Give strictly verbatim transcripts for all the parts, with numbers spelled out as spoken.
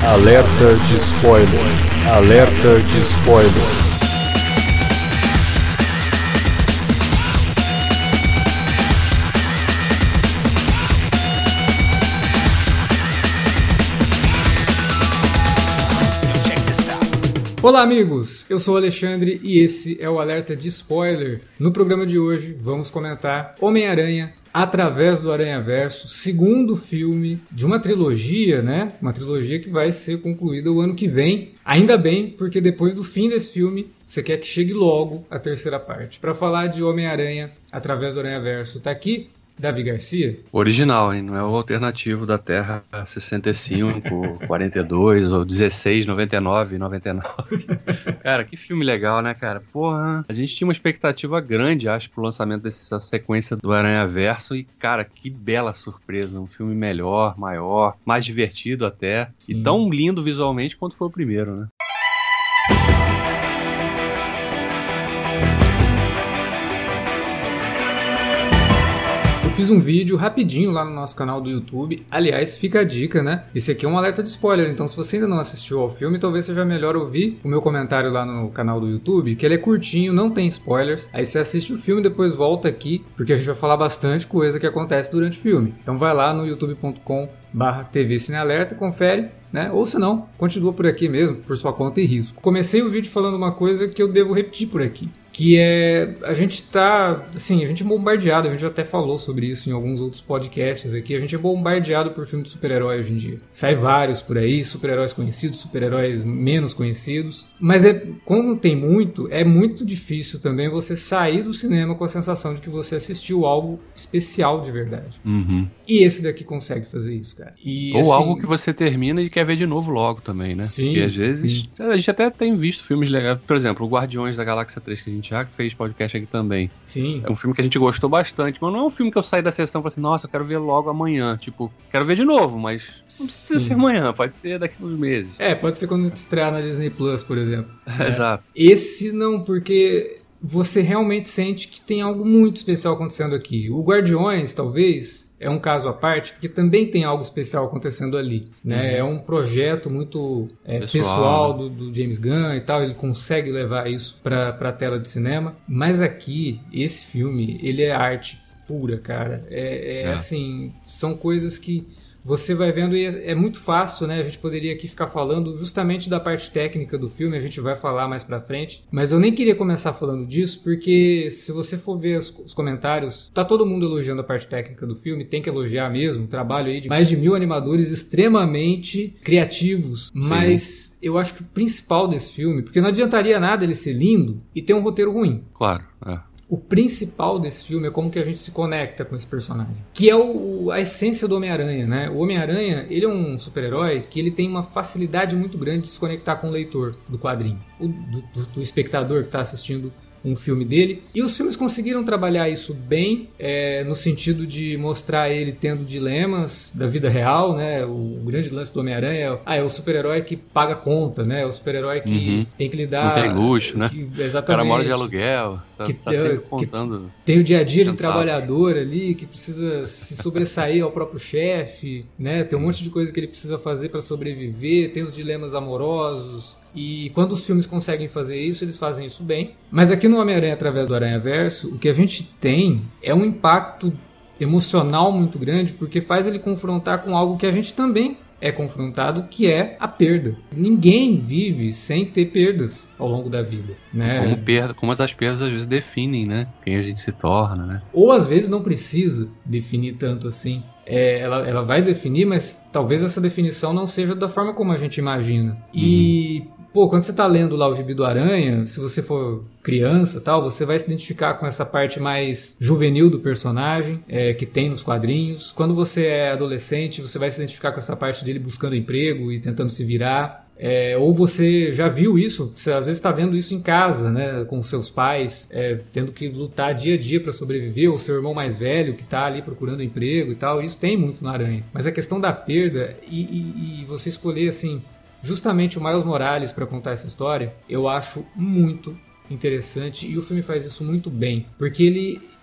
Alerta de spoiler. Alerta de spoiler. Olá amigos, eu sou o Alexandre e esse é o Alerta de Spoiler. No programa de hoje vamos comentar Homem-Aranha através do Aranhaverso, segundo filme de uma trilogia, né? Uma trilogia que vai ser concluída o ano que vem. Ainda bem, porque depois do fim desse filme, você quer que chegue logo a terceira parte. Para falar de Homem-Aranha através do Aranhaverso, tá aqui Davi Garcia. Original, hein? Não é o alternativo da Terra sessenta e cinco, quarenta e dois ou dezesseis, noventa e nove, noventa e nove. Cara, que filme legal, né, cara? Porra, a gente tinha uma expectativa grande, acho, pro lançamento dessa sequência do Aranhaverso e, cara, que bela surpresa. Um filme melhor, maior, mais divertido até. Sim. E tão lindo visualmente quanto foi o primeiro, né? Fiz um vídeo rapidinho lá no nosso canal do YouTube. Aliás, fica a dica, né? Esse aqui é um alerta de spoiler, então se você ainda não assistiu ao filme, talvez seja melhor ouvir o meu comentário lá no canal do YouTube, que ele é curtinho, não tem spoilers. Aí você assiste o filme e depois volta aqui, porque a gente vai falar bastante coisa que acontece durante o filme. Então vai lá no youtube ponto com barra T V Cinealerta, confere, né? Ou se não, continua por aqui mesmo, por sua conta e risco. Comecei o vídeo falando uma coisa que eu devo repetir por aqui, que é, a gente tá, assim, a gente é bombardeado, a gente já até falou sobre isso em alguns outros podcasts aqui, a gente é bombardeado por filmes de super-herói hoje em dia. Sai vários por aí, super-heróis conhecidos, super-heróis menos conhecidos, mas é, como tem muito, é muito difícil também você sair do cinema com a sensação de que você assistiu algo especial de verdade. Uhum. E esse daqui consegue fazer isso, cara. E, Ou assim, algo que você termina e quer ver de novo logo também, né? Sim. E às vezes, sim. a gente até tem visto filmes legais, por exemplo, o Guardiões da Galáxia três, que a gente já fez podcast aqui também. Sim. É um filme que a gente gostou bastante, mas não é um filme que eu saí da sessão e falei assim, nossa, eu quero ver logo amanhã. Tipo, quero ver de novo, mas não precisa Sim. ser amanhã, pode ser daqui a uns meses. É, pode ser quando estrear na Disney Plus, por exemplo. É. Exato. Esse não, porque você realmente sente que tem algo muito especial acontecendo aqui. O Guardiões, talvez, é um caso à parte, porque também tem algo especial acontecendo ali, né? Uhum. É um projeto muito é, pessoal, pessoal do, do James Gunn e tal, ele consegue levar isso para a tela de cinema, mas aqui, esse filme, ele é arte pura, cara. É, é, é. assim, são coisas que você vai vendo e é, é muito fácil, né? A gente poderia aqui ficar falando justamente da parte técnica do filme, a gente vai falar mais pra frente, mas eu nem queria começar falando disso, porque se você for ver os, os comentários, tá todo mundo elogiando a parte técnica do filme, tem que elogiar mesmo, um trabalho aí de mais de mil animadores extremamente criativos, Sim. mas eu acho que o principal desse filme, porque não adiantaria nada ele ser lindo e ter um roteiro ruim. Claro, é. O principal desse filme é como que a gente se conecta com esse personagem, que é o, a essência do Homem-Aranha, né? O Homem-Aranha, ele é um super-herói que ele tem uma facilidade muito grande de se conectar com o leitor do quadrinho, o, do, do, do espectador que está assistindo um filme dele, e os filmes conseguiram trabalhar isso bem, é, no sentido de mostrar ele tendo dilemas da vida real, né? O grande lance do Homem-Aranha é, ah, é o super-herói que paga conta, né? É o super-herói que uhum. tem que lidar... Não tem luxo, né? Que, exatamente. O cara mora de aluguel, tá, que, tá sempre contando... Que tem o dia a dia centavo. de trabalhador ali, que precisa se sobressair ao próprio chefe, né? Tem um monte de coisa que ele precisa fazer para sobreviver, tem os dilemas amorosos... E quando os filmes conseguem fazer isso, eles fazem isso bem. Mas aqui no Homem-Aranha através do Aranhaverso, o que a gente tem é um impacto emocional muito grande, porque faz ele confrontar com algo que a gente também é confrontado, que é a perda. Ninguém vive sem ter perdas ao longo da vida, né? Como, perda, como as perdas às vezes definem, né? Quem a gente se torna, né? Ou às vezes não precisa definir tanto assim. É, ela, ela vai definir, mas talvez essa definição não seja da forma como a gente imagina. E... Uhum. Pô, quando você tá lendo lá o Gibi do Aranha, se você for criança e tal, você vai se identificar com essa parte mais juvenil do personagem, é, que tem nos quadrinhos. Quando você é adolescente, você vai se identificar com essa parte dele buscando emprego e tentando se virar. É, ou você já viu isso, você às vezes está vendo isso em casa, né, com seus pais, é, tendo que lutar dia a dia para sobreviver, ou seu irmão mais velho que está ali procurando emprego e tal. Isso tem muito no Aranha. Mas a questão da perda e, e, e você escolher assim... Justamente o Miles Morales para contar essa história, eu acho muito interessante e o filme faz isso muito bem, porque ele,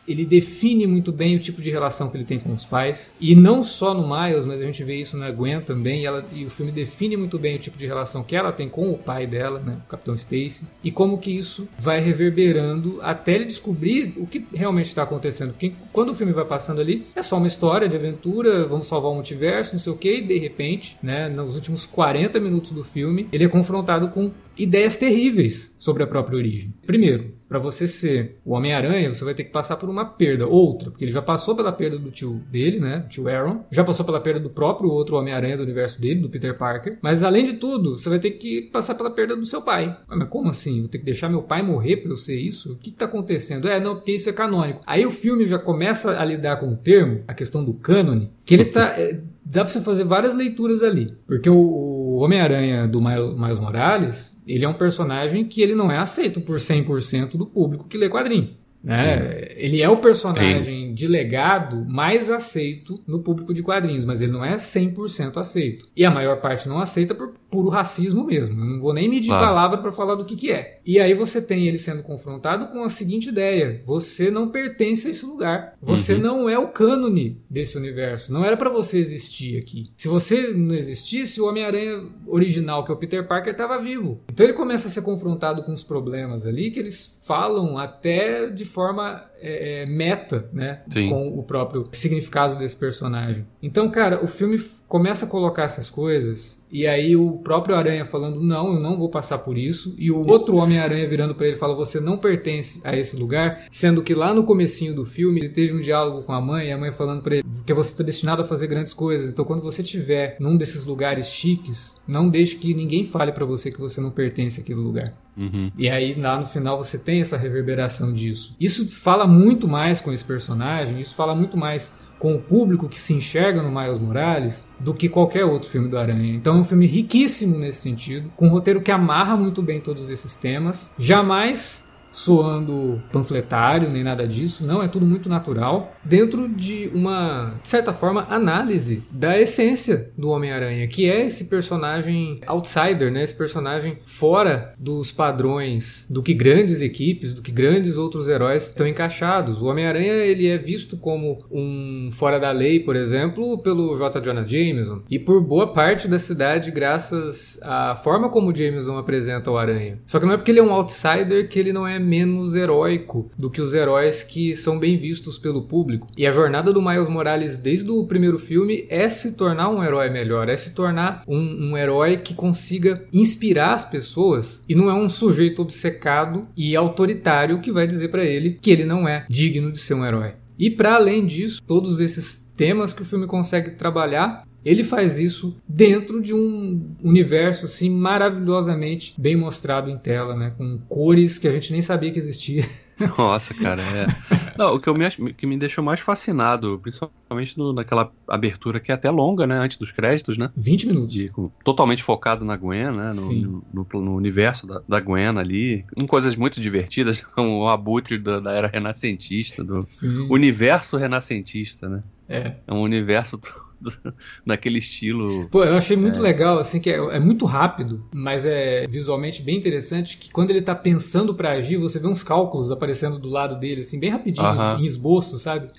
ele define muito bem o tipo de relação que ele tem com os pais. E não só no Miles, mas a gente vê isso na Gwen também. E, ela, e o filme define muito bem o tipo de relação que ela tem com o pai dela, né, o Capitão Stacy. E como que isso vai reverberando até ele descobrir o que realmente está acontecendo. Porque quando o filme vai passando ali, é só uma história de aventura, vamos salvar o multiverso, não sei o que, e de repente, né, nos últimos quarenta minutos do filme, ele é confrontado com ideias terríveis sobre a própria origem. Primeiro, para você ser o Homem-Aranha, você vai ter que passar por uma perda, outra, porque ele já passou pela perda do tio dele, né, o tio Aaron, já passou pela perda do próprio outro Homem-Aranha do universo dele, do Peter Parker, mas além de tudo, você vai ter que passar pela perda do seu pai. Mas como assim? Vou ter que deixar meu pai morrer para eu ser isso? O que está acontecendo? É, não, porque isso é canônico. Aí o filme já começa a lidar com o termo, a questão do cânone, que ele tá... É, dá pra você fazer várias leituras ali. Porque o, o Homem-Aranha do Miles Morales, ele é um personagem que ele não é aceito por cem por cento do público que lê quadrinho. Né? Ele é o personagem Sim. de legado mais aceito no público de quadrinhos, mas ele não é cem por cento aceito. E a maior parte não aceita por puro racismo mesmo. Eu não vou nem medir claro. palavra para falar do que, que é. E aí você tem ele sendo confrontado com a seguinte ideia: você não pertence a esse lugar. Você uhum. não é o cânone desse universo. Não era para você existir aqui. Se você não existisse, o Homem-Aranha original, que é o Peter Parker, estava vivo. Então ele começa a ser confrontado com os problemas ali que eles falam até de forma é, meta, né? Sim. Com o próprio significado desse personagem. Então, cara, o filme começa a colocar essas coisas e aí o próprio Aranha falando, não, eu não vou passar por isso, e o outro Homem-Aranha virando pra ele e fala, você não pertence a esse lugar, sendo que lá no comecinho do filme ele teve um diálogo com a mãe, e a mãe falando pra ele que você está destinado a fazer grandes coisas, então quando você estiver num desses lugares chiques, não deixe que ninguém fale pra você que você não pertence àquele lugar. Uhum. E aí lá no final você tem essa reverberação disso. Isso fala muito mais com esse personagem, isso fala muito mais com o público que se enxerga no Miles Morales do que qualquer outro filme do Aranha. Então é um filme riquíssimo nesse sentido, com um roteiro que amarra muito bem todos esses temas, jamais soando panfletário, nem nada disso, não, é tudo muito natural, dentro de uma, de certa forma, análise da essência do Homem-Aranha, que é esse personagem outsider, né? Esse personagem fora dos padrões do que grandes equipes, do que grandes outros heróis estão encaixados. O Homem-Aranha, ele é visto como um fora da lei, por exemplo, pelo J. Jonah Jameson, e por boa parte da cidade, graças à forma como o Jameson apresenta o Aranha. Só que não é porque ele é um outsider que ele não é menos heróico do que os heróis que são bem vistos pelo público. E a jornada do Miles Morales desde o primeiro filme é se tornar um herói melhor, é se tornar um, um herói que consiga inspirar as pessoas e não é um sujeito obcecado e autoritário que vai dizer pra ele que ele não é digno de ser um herói. E para além disso, todos esses temas que o filme consegue trabalhar, ele faz isso dentro de um universo assim maravilhosamente bem mostrado em tela, né? Com cores que a gente nem sabia que existia. Nossa, cara, é. Não, o que, eu me, que me deixou mais fascinado, principalmente no, naquela abertura que é até longa, né? Antes dos créditos, né? vinte minutos. De, com, totalmente focado na Gwen, né? No, no, no, no universo da, da Gwen ali. Com coisas muito divertidas, como o abutre da, da era renascentista, do Sim. universo renascentista, né? É. É um universo todo naquele estilo. Pô, eu achei muito é. legal, assim, que é, é muito rápido, mas é visualmente bem interessante, que quando ele tá pensando pra agir, você vê uns cálculos aparecendo do lado dele, assim, bem rapidinho, uh-huh. em esboço, sabe?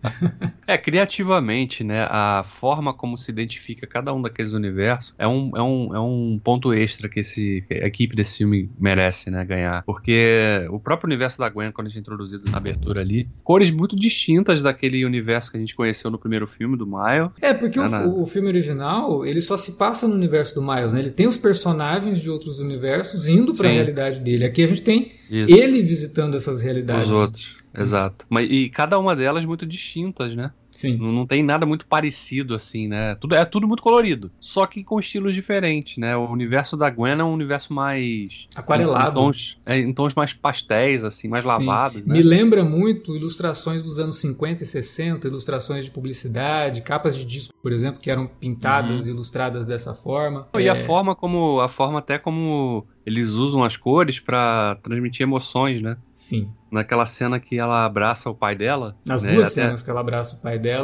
É, criativamente, né, a forma como se identifica cada um daqueles universos é um, é um, é um ponto extra que, esse, que a equipe desse filme merece, né, ganhar. Porque o próprio universo da Gwen, quando a gente é introduzido na abertura ali, cores muito distintas daquele universo que a gente conheceu no primeiro filme do Miles. É, porque é o, o filme original, ele só se passa no universo do Miles, né? Ele tem os personagens de outros universos indo para a realidade dele. Aqui a gente tem Isso. ele visitando essas realidades. Os outros, exato. Mas, e cada uma delas muito distintas, né? Sim. Não, não tem nada muito parecido, assim, né? Tudo, é tudo muito colorido, só que com estilos diferentes, né? O universo da Gwen é um universo mais... aquarelado. Em, em, tons, é, em tons mais pastéis, assim, mais Sim. lavados, né? Me lembra muito ilustrações dos anos cinquenta e sessenta, ilustrações de publicidade, capas de disco, por exemplo, que eram pintadas e uhum. ilustradas dessa forma. E é... a forma como... A forma até como eles usam as cores pra transmitir emoções, né? Sim. Naquela cena que ela abraça o pai dela. Nas né? duas Até... cenas que ela abraça o pai dela,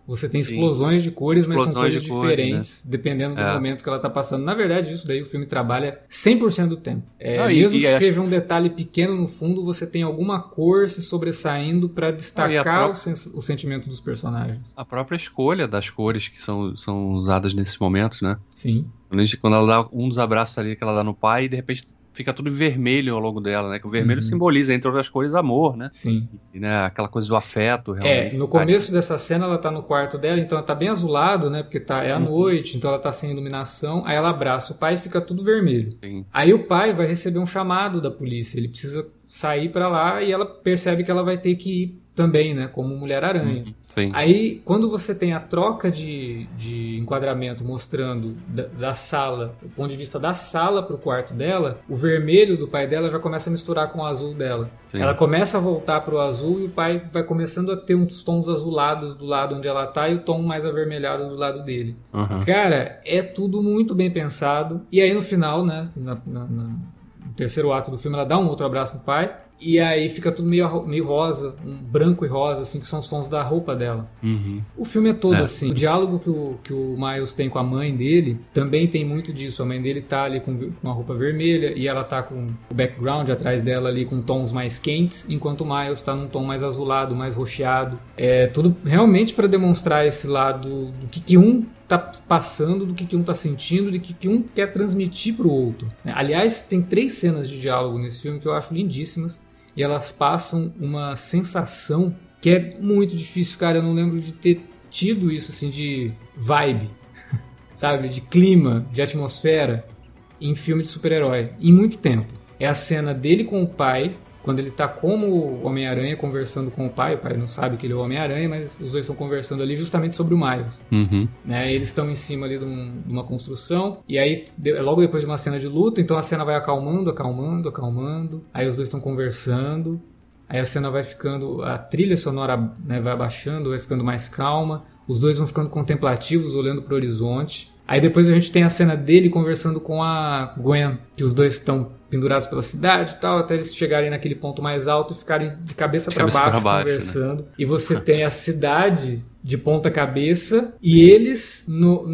Você tem Sim. explosões de cores, mas Explosões são cores de cores, diferentes, né? dependendo do É. momento que ela tá passando. Na verdade, isso daí o filme trabalha cem por cento do tempo. É, Não, e- mesmo e que acho- seja um detalhe pequeno no fundo, você tem alguma cor se sobressaindo para Não, e a destacar pró- o, sens- o sentimento dos personagens. A própria escolha das cores que são, são usadas nesses momentos, né? Sim. Quando a gente- Quando ela dá um dos abraços ali que ela dá no pai, e de repente fica tudo vermelho ao longo dela, né? Que o vermelho Uhum. simboliza, entre outras cores, amor, né? Sim. E, né, aquela coisa do afeto, realmente. É, no começo dessa cena ela tá no quarto dela, então ela tá bem azulado, né? Porque tá, é à Uhum. noite, então ela tá sem iluminação. Aí ela abraça o pai e fica tudo vermelho. Sim. Aí o pai vai receber um chamado da polícia. Ele precisa sair pra lá e ela percebe que ela vai ter que ir também, né? Como Mulher-Aranha. Uhum. Sim. Aí, quando você tem a troca de, de enquadramento mostrando da, da sala, o ponto de vista da sala pro quarto dela, o vermelho do pai dela já começa a misturar com o azul dela. Sim. Ela começa a voltar pro azul e o pai vai começando a ter uns tons azulados do lado onde ela tá e o tom mais avermelhado do lado dele. Uhum. Cara, é tudo muito bem pensado. E aí no final, né, na, na- na- no terceiro ato do filme, ela dá um outro abraço no pai. E aí fica tudo meio, arro- meio rosa, um branco e rosa, assim, que são os tons da roupa dela. Uhum. O filme é todo É. assim. O diálogo que o, que o Miles tem com a mãe dele também tem muito disso. A mãe dele tá ali com, com a roupa vermelha e ela tá com o background atrás dela ali com tons mais quentes, enquanto o Miles tá num tom mais azulado, mais roxeado. É tudo realmente para demonstrar esse lado do que, que um tá passando, do que, que um tá sentindo, do que, que um quer transmitir pro outro. Aliás, tem três cenas de diálogo nesse filme que eu acho lindíssimas. E elas passam uma sensação que é muito difícil, cara. Eu não lembro de ter tido isso, assim, de vibe, sabe? De clima, de atmosfera em filme de super-herói, em muito tempo. É a cena dele com o pai, quando ele tá como o Homem-Aranha conversando com o pai. O pai não sabe que ele é o Homem-Aranha, mas os dois estão conversando ali justamente sobre o Miles. Uhum. Né? Eles estão em cima ali de, um- de uma construção e aí de- logo depois de uma cena de luta, então a cena vai acalmando, acalmando, acalmando, aí os dois estão conversando, aí a cena vai ficando, a trilha sonora, né, vai abaixando, vai ficando mais calma, os dois vão ficando contemplativos, olhando pro horizonte. Aí depois a gente tem a cena dele conversando com a Gwen, que os dois estão pendurados pela cidade e tal, até eles chegarem naquele ponto mais alto e ficarem de cabeça De para cabeça baixo, pra baixo, conversando. E você tem a cidade de ponta cabeça e eles no,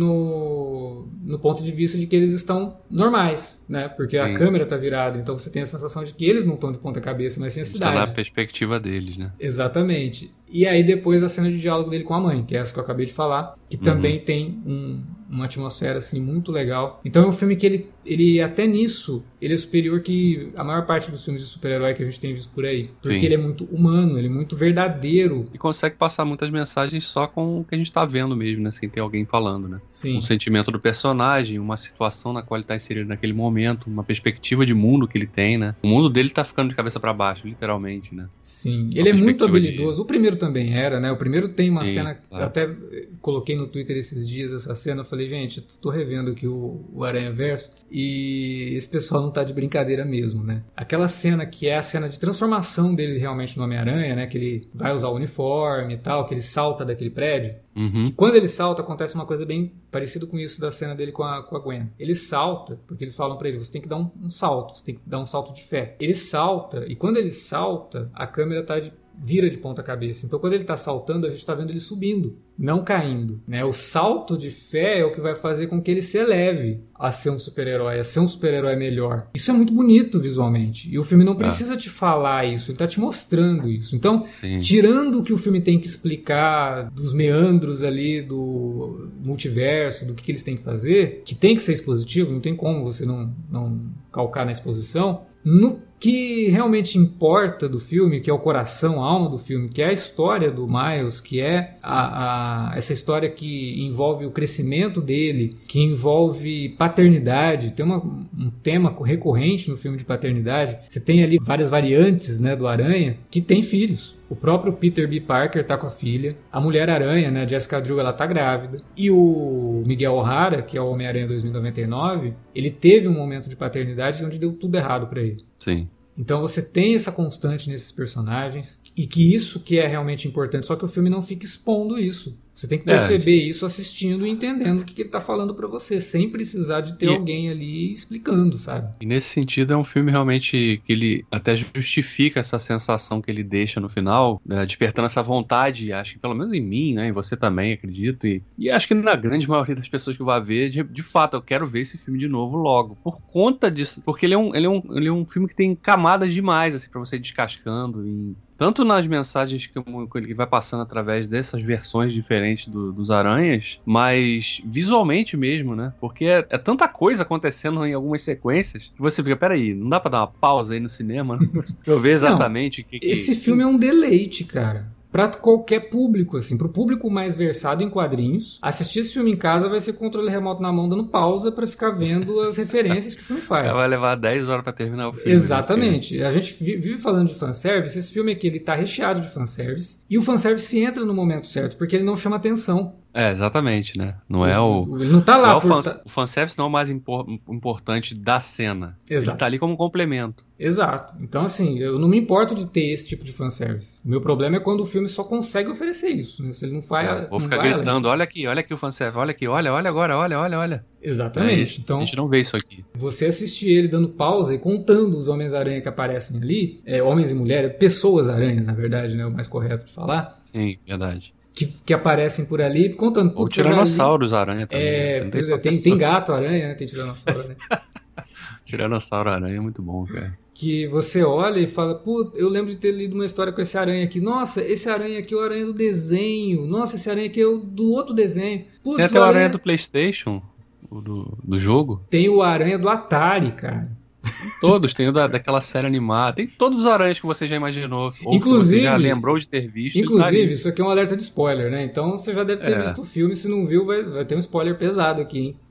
no, no ponto de vista de que eles estão normais, né? Porque a Sim. câmera tá virada, então você tem a sensação de que eles não estão de ponta cabeça, mas sim a Está na cidade. perspectiva deles, né? Exatamente. E aí depois a cena de diálogo dele com a mãe, que é essa que eu acabei de falar, que também tem um, uma atmosfera assim muito legal. Então é um filme que ele, ele até nisso, ele é superior que a maior parte dos filmes de super-herói que a gente tem visto por aí. Porque Sim. ele é muito humano, ele é muito verdadeiro. E consegue passar muitas mensagens só com o que a gente tá vendo mesmo, né? Sem ter alguém falando, né? Sim. Um sentimento do personagem, uma situação na qual ele tá inserido naquele momento, uma perspectiva de mundo que ele tem, né? O mundo dele tá ficando de cabeça pra baixo, literalmente, né? Sim, ele é muito perspectiva de- habilidoso. O primeiro também era, né? O primeiro tem uma Sim, cena, claro. eu até coloquei no Twitter esses dias essa cena, eu falei, gente, eu tô revendo aqui o, o Aranha Verso e esse pessoal não tá de brincadeira mesmo, né? Aquela cena que é a cena de transformação dele realmente no Homem-Aranha, né? Que ele vai usar o uniforme e tal, que ele salta daquele prédio. Uhum. E quando ele salta, acontece uma coisa bem parecida com isso da cena dele com a, com a Gwen. Ele salta, porque eles falam pra ele, você tem que dar um, um salto, você tem que dar um salto de fé. Ele salta, e quando ele salta, a câmera tá de, vira de ponta cabeça. Então quando ele tá saltando, a gente tá vendo ele subindo, não caindo, né? O salto de fé é o que vai fazer com que ele se eleve a ser um super-herói, a ser um super-herói melhor. Isso é muito bonito visualmente, e o filme não precisa te falar isso, ele tá te mostrando isso. Então, Sim. tirando o que o filme tem que explicar dos meandros ali do multiverso, do que, que eles têm que fazer, que tem que ser expositivo, não tem como você não, não calcar na exposição, no que realmente importa do filme, que é o coração, a alma do filme, que é a história do Miles, que é a, a, essa história que envolve o crescimento dele, que envolve paternidade. Tem uma, um tema recorrente no filme de paternidade. Você tem ali várias variantes, né, do Aranha que tem filhos. O próprio Peter B. Parker tá com a filha. A Mulher-Aranha, né, a Jessica Drew, ela tá grávida. E o Miguel O'Hara, que é o Homem-Aranha dois mil e noventa e nove, ele teve um momento de paternidade onde deu tudo errado pra ele. Sim. Então você tem essa constante nesses personagens, e que isso que é realmente importante, só que o filme não fica expondo isso. Você tem que perceber é, isso assistindo e entendendo o que, que ele tá falando pra você, sem precisar de ter e, alguém ali explicando, sabe? E nesse sentido é um filme realmente que ele até justifica essa sensação que ele deixa no final, né, despertando essa vontade, acho que pelo menos em mim, né, em você também, acredito, e, e acho que na grande maioria das pessoas que vai ver, de, de fato, eu quero ver esse filme de novo logo, por conta disso, porque ele é um, ele é um, ele é um filme que tem camadas demais, assim, pra você ir descascando, em, tanto nas mensagens que ele vai passando através dessas versões diferentes do, dos Aranhas, mas visualmente mesmo, né, porque é, é tanta coisa acontecendo em algumas sequências, que você fica, peraí, não dá pra dar uma pausa aí no cinema, né? Pra eu ver exatamente o que, que... Esse filme é um deleite, cara. Pra qualquer público, assim, pro público mais versado em quadrinhos, assistir esse filme em casa vai ser controle remoto na mão, dando pausa pra ficar vendo as referências que o filme faz. Vai levar dez horas pra terminar o filme. Exatamente. Né? A gente vive falando de fanservice, esse filme aqui, ele tá recheado de fanservice, e o fanservice entra no momento certo, porque ele não chama atenção. É, exatamente, né? Não é o... Ele não tá lá não é o, por... fan, o fanservice não é o mais impor, importante da cena. Exato. Ele tá ali como um complemento. Exato. Então, assim, eu não me importo de ter esse tipo de fanservice. O meu problema é quando o filme só consegue oferecer isso, né? Se ele não faz... É, vou não ficar vai gritando, além. olha aqui, olha aqui o fanservice, olha aqui, olha, olha agora, olha, olha, olha. Exatamente. É isso. Então, a gente não vê isso aqui. Você assistir ele dando pausa e contando os Homens-Aranha que aparecem ali, é, homens e mulheres, pessoas-aranhas, na verdade, né? O mais correto de falar. Sim, verdade. Que, que aparecem por ali, contando... Ou tiranossauros aranha também. É, né? tem, é, tem, tem gato-aranha, né? Tem tiranossauro, né? Tiranossauro aranha é muito bom, cara. Que você olha e fala, pô, eu lembro de ter lido uma história com esse aranha aqui. Nossa, esse aranha aqui é o aranha do desenho. Nossa, esse aranha aqui é o do outro desenho. Putz, tem até o aranha... aranha do PlayStation, o do, do jogo. Tem o aranha do Atari, cara. Todos, tem o da, daquela série animada. Tem todos os aranhas que você já imaginou. Ou inclusive, que você já lembrou de ter visto. Inclusive, tá, isso aqui é um alerta de spoiler, né? Então você já deve ter é. visto o filme. Se não viu, vai, vai ter um spoiler pesado aqui, hein?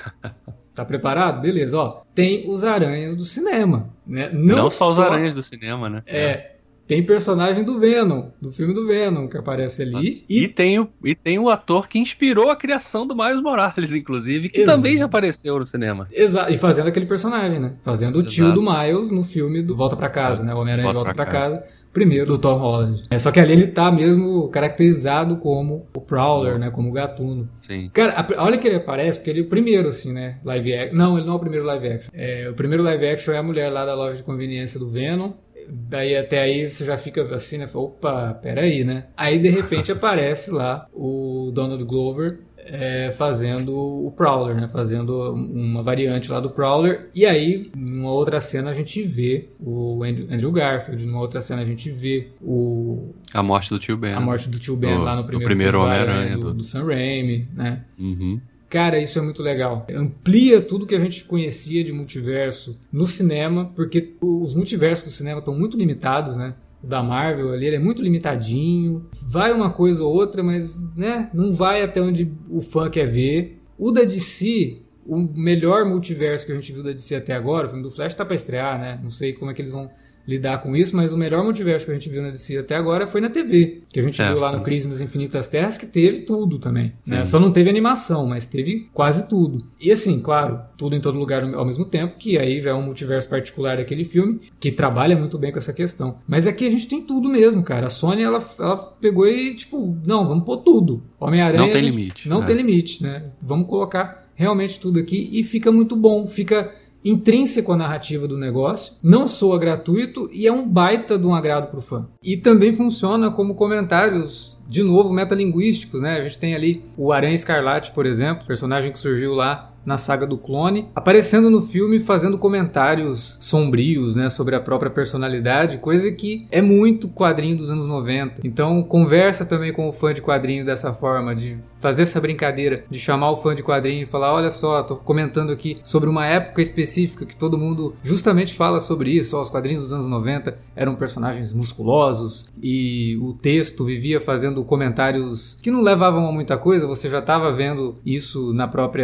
Tá preparado? Beleza, ó. Tem os aranhas do cinema, né? Não, não só, só os aranhas do cinema, né? É. é. Tem personagem do Venom, do filme do Venom, que aparece ali. E, e, tem o, e tem o ator que inspirou a criação do Miles Morales, inclusive, que Ex... também já apareceu no cinema. Exato, e fazendo aquele personagem, né? Fazendo o Exato. tio do Miles no filme do Volta Pra Casa, né? O Homem-Aranha Volta, Volta Pra, pra casa. casa. Primeiro do Tom Holland. É, só que ali ele tá mesmo caracterizado como o Prowler, uhum. né? Como o Gatuno. Sim. Cara, a, olha que ele aparece, porque ele é o primeiro, assim, né? Live action. Não, ele não é o primeiro live action. É, o primeiro live action é a mulher lá da loja de conveniência do Venom. Daí até aí você já fica assim, né? Fala, opa, peraí, né? Aí de repente aparece lá o Donald Glover é, fazendo o Prowler, né? Fazendo uma variante lá do Prowler. E aí, numa outra cena, a gente vê o Andrew Garfield. Numa outra cena, a gente vê o... A morte do tio Ben. A morte do tio Ben do, lá no primeiro, primeiro filme Homem-Aranha do, do... do Sam Raimi, né? Uhum. Cara, isso é muito legal. Amplia tudo que a gente conhecia de multiverso no cinema, porque os multiversos do cinema estão muito limitados, né? O da Marvel ali, ele é muito limitadinho. Vai uma coisa ou outra, mas né, não vai até onde o fã quer ver. O da D C, o melhor multiverso que a gente viu da D C até agora, o filme do Flash tá pra estrear, né? Não sei como é que eles vão lidar com isso, mas o melhor multiverso que a gente viu na D C até agora foi na T V, que a gente é, viu lá no Crise nas Infinitas Terras, que teve tudo também, né? Só não teve animação, mas teve quase tudo. E assim, claro, tudo em todo lugar ao mesmo tempo, que aí já é um multiverso particular daquele filme, que trabalha muito bem com essa questão. Mas aqui a gente tem tudo mesmo, cara. A Sony, ela, ela pegou e, tipo, não, vamos pôr tudo. Homem-Aranha... Não tem limite. Não é. tem limite, né? Vamos colocar realmente tudo aqui e fica muito bom, fica... intrínseco à narrativa do negócio, não soa gratuito e é um baita de um agrado pro fã. E também funciona como comentários, de novo, metalinguísticos, né? A gente tem ali o Aranha Escarlate, por exemplo, personagem que surgiu lá na saga do Clone, aparecendo no filme fazendo comentários sombrios, né, sobre a própria personalidade, coisa que é muito quadrinho dos anos noventa. Então conversa também com o fã de quadrinho dessa forma, de fazer essa brincadeira, de chamar o fã de quadrinho e falar, olha só, tô comentando aqui sobre uma época específica que todo mundo justamente fala sobre isso, ó, os quadrinhos dos anos noventa eram personagens musculosos e o texto vivia fazendo comentários que não levavam a muita coisa, você já estava vendo isso na própria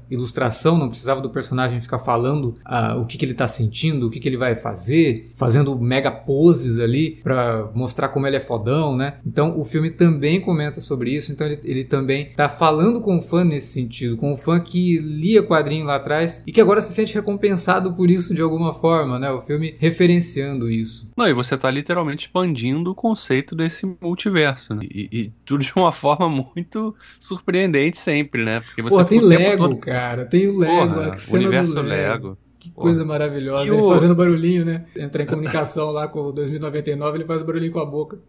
ilustração, não precisava do personagem ficar falando uh, o que, que ele tá sentindo, o que, que ele vai fazer, fazendo mega poses ali pra mostrar como ele é fodão, né? Então o filme também comenta sobre isso, então ele, ele também tá falando com o fã nesse sentido, com o fã que lia quadrinho lá atrás e que agora se sente recompensado por isso de alguma forma, né? O filme referenciando isso. Não, e você tá literalmente expandindo o conceito desse multiverso, né? E, e tudo de uma forma muito surpreendente sempre, né? Porque você Pô, tem Lego, todo... cara, tem o Lego, Porra, a cena universo do Lego. Lego. Que coisa maravilhosa, E ele o... fazendo barulhinho, né? Entrar em comunicação lá com o dois mil e noventa e nove, ele faz barulhinho com a boca.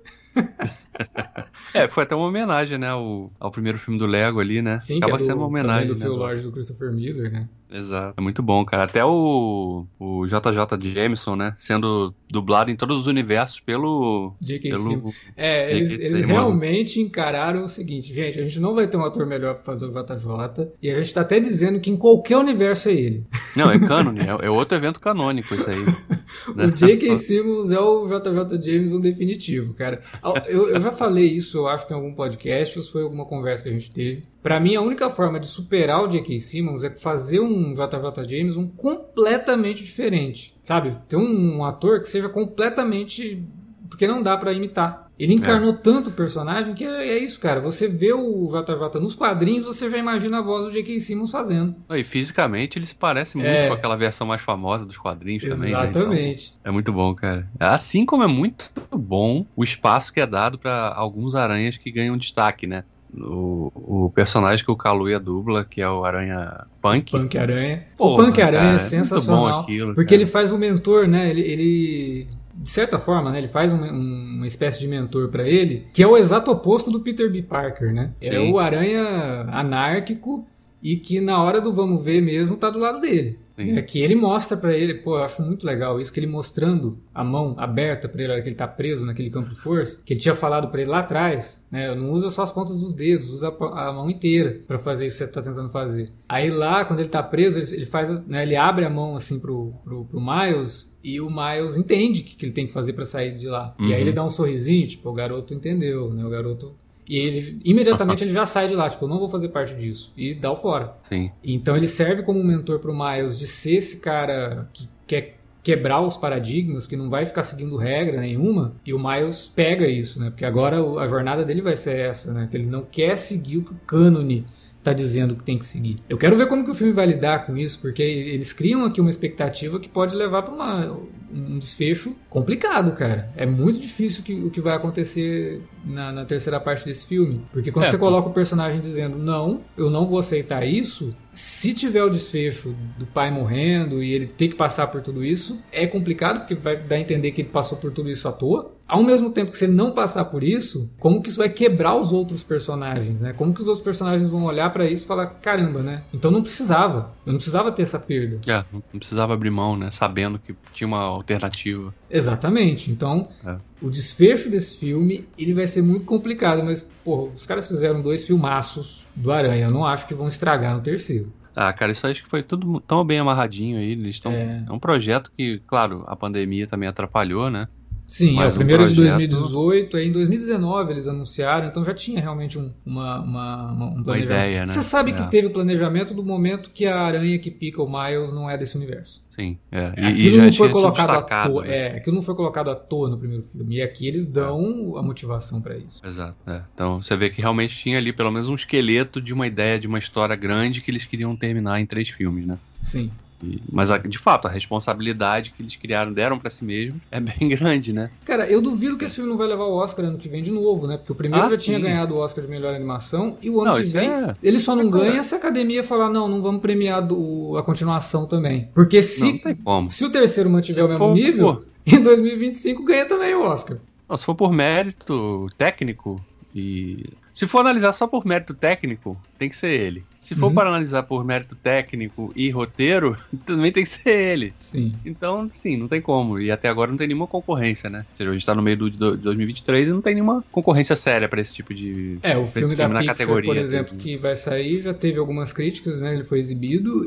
É, foi até uma homenagem, né, ao, ao primeiro filme do Lego ali, né? Sim, Acaba que é do, sendo uma homenagem, também do né, Phil do... Lord do Christopher Miller, né? Exato, é muito bom, cara. Até o, o J J Jameson, né, sendo dublado em todos os universos pelo... J K. pelo... Simmons. É, eles, eles realmente encararam o seguinte, gente, a gente não vai ter um ator melhor pra fazer o J J, e a gente tá até dizendo que em qualquer universo é ele. Não, é cânone, é, é outro evento canônico isso aí. Né? O J K. Simmons é o J J Jameson definitivo, cara. Eu, eu já falei isso, eu acho que em algum podcast, ou se foi alguma conversa que a gente teve. Pra mim, a única forma de superar o J K. Simmons é fazer um J J Jameson completamente diferente, sabe? Ter um, um ator que seja completamente... Porque não dá pra imitar. Ele encarnou é. tanto o personagem que é, é isso, cara. Você vê o J J nos quadrinhos, você já imagina a voz do J K. Simmons fazendo. E fisicamente ele se parece muito é. com aquela versão mais famosa dos quadrinhos também. Exatamente. Né? Então, é muito bom, cara. Assim como é muito bom o espaço que é dado pra alguns aranhas que ganham destaque, né? O, o personagem que o Kaluuya dubla, que é o Aranha Punk. Punk Aranha. Porra, o Punk Aranha cara, é sensacional. É muito bom aquilo, porque cara. ele faz um mentor, né? Ele... ele... de certa forma, né, ele faz um, um, uma espécie de mentor pra ele, que é o exato oposto do Peter B. Parker, né? Sim. É o aranha anárquico e que na hora do vamos ver mesmo tá do lado dele. É que ele mostra pra ele, pô, eu acho muito legal isso, que ele mostrando a mão aberta pra ele, na hora que ele tá preso naquele campo de força, que ele tinha falado pra ele lá atrás, né, não usa só as pontas dos dedos, usa a, a mão inteira pra fazer isso que você tá tentando fazer. Aí lá, quando ele tá preso, ele, ele faz, né, ele abre a mão assim pro, pro, pro Miles, e o Miles entende o que, que ele tem que fazer pra sair de lá. Uhum. E aí ele dá um sorrisinho, tipo, o garoto entendeu, né, o garoto... E ele, imediatamente ele já sai de lá, tipo, eu não vou fazer parte disso. E dá o fora. Sim. Então ele serve como um mentor pro Miles de ser esse cara que quer quebrar os paradigmas, que não vai ficar seguindo regra nenhuma. E o Miles pega isso, né? Porque agora a jornada dele vai ser essa, né? Que ele não quer seguir o que o cânone tá dizendo que tem que seguir. Eu quero ver como que o filme vai lidar com isso, porque eles criam aqui uma expectativa que pode levar para uma, um desfecho complicado, cara. É muito difícil que, o que vai acontecer na, na terceira parte desse filme. Porque quando é, você coloca o personagem dizendo, não, eu não vou aceitar isso, se tiver o desfecho do pai morrendo e ele ter que passar por tudo isso, é complicado, porque vai dar a entender que ele passou por tudo isso à toa. Ao mesmo tempo que se ele não passar por isso, como que isso vai quebrar os outros personagens, né? Como que os outros personagens vão olhar pra isso e falar, caramba, né? Então não precisava. Eu não precisava ter essa perda. É, não precisava abrir mão, né? Sabendo que tinha uma alternativa. Exatamente. Então, é. o desfecho desse filme, ele vai ser muito complicado, mas, porra, os caras fizeram dois filmaços do Aranha. Eu não acho que vão estragar no terceiro. Ah, cara, isso acho que foi tudo tão bem amarradinho aí. Eles estão... É. é um projeto que, claro, a pandemia também atrapalhou, né? Sim, é o primeiro um projeto... de dois mil e dezoito, aí em dois mil e dezenove eles anunciaram, então já tinha realmente um, uma, uma, uma, um planejamento. Uma ideia, né? Você sabe é. que teve o planejamento do momento que a aranha que pica o Miles não é desse universo. Sim, é. E, aquilo, e já não foi colocado à toa, né? É, aquilo não foi colocado à toa no primeiro filme, e aqui eles dão é. a motivação pra isso. Exato, é. Então você vê que realmente tinha ali pelo menos um esqueleto de uma ideia, de uma história grande que eles queriam terminar em três filmes, né? Sim. E, mas, de fato, a responsabilidade que eles criaram, deram pra si mesmos, é bem grande, né? Cara, eu duvido que esse filme não vai levar o Oscar ano que vem de novo, né? Porque o primeiro ah, já sim. tinha ganhado o Oscar de melhor animação e o ano não, que vem é... ele só isso não é ganha se a academia falar, não, não vamos premiar do, a continuação também. Porque se, não, não tem como. Se o terceiro mantiver se o mesmo for, nível, for... em dois mil e vinte e cinco ganha também o Oscar. Não, se for por mérito técnico e... Se for analisar só por mérito técnico, tem que ser ele. Se for uhum. para analisar por mérito técnico e roteiro, também tem que ser ele. Sim. Então, sim, não tem como. E até agora não tem nenhuma concorrência, né? Ou seja, a gente tá no meio do, de dois mil e vinte e três e não tem nenhuma concorrência séria para esse tipo de... É, o filme da filme Pixar, categoria, por exemplo, assim, que vai sair, já teve algumas críticas, né? Ele foi exibido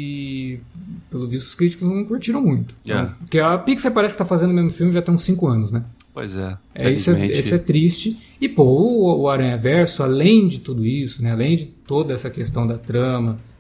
e, pelo visto, os críticos não curtiram muito. Yeah. Então, porque a Pixar parece que tá fazendo o mesmo filme já tem uns cinco anos, né? Pois é. É, isso é, isso é triste. E, pô, o, o Aranhaverso, além de tudo isso, né, além de toda essa questão da trama,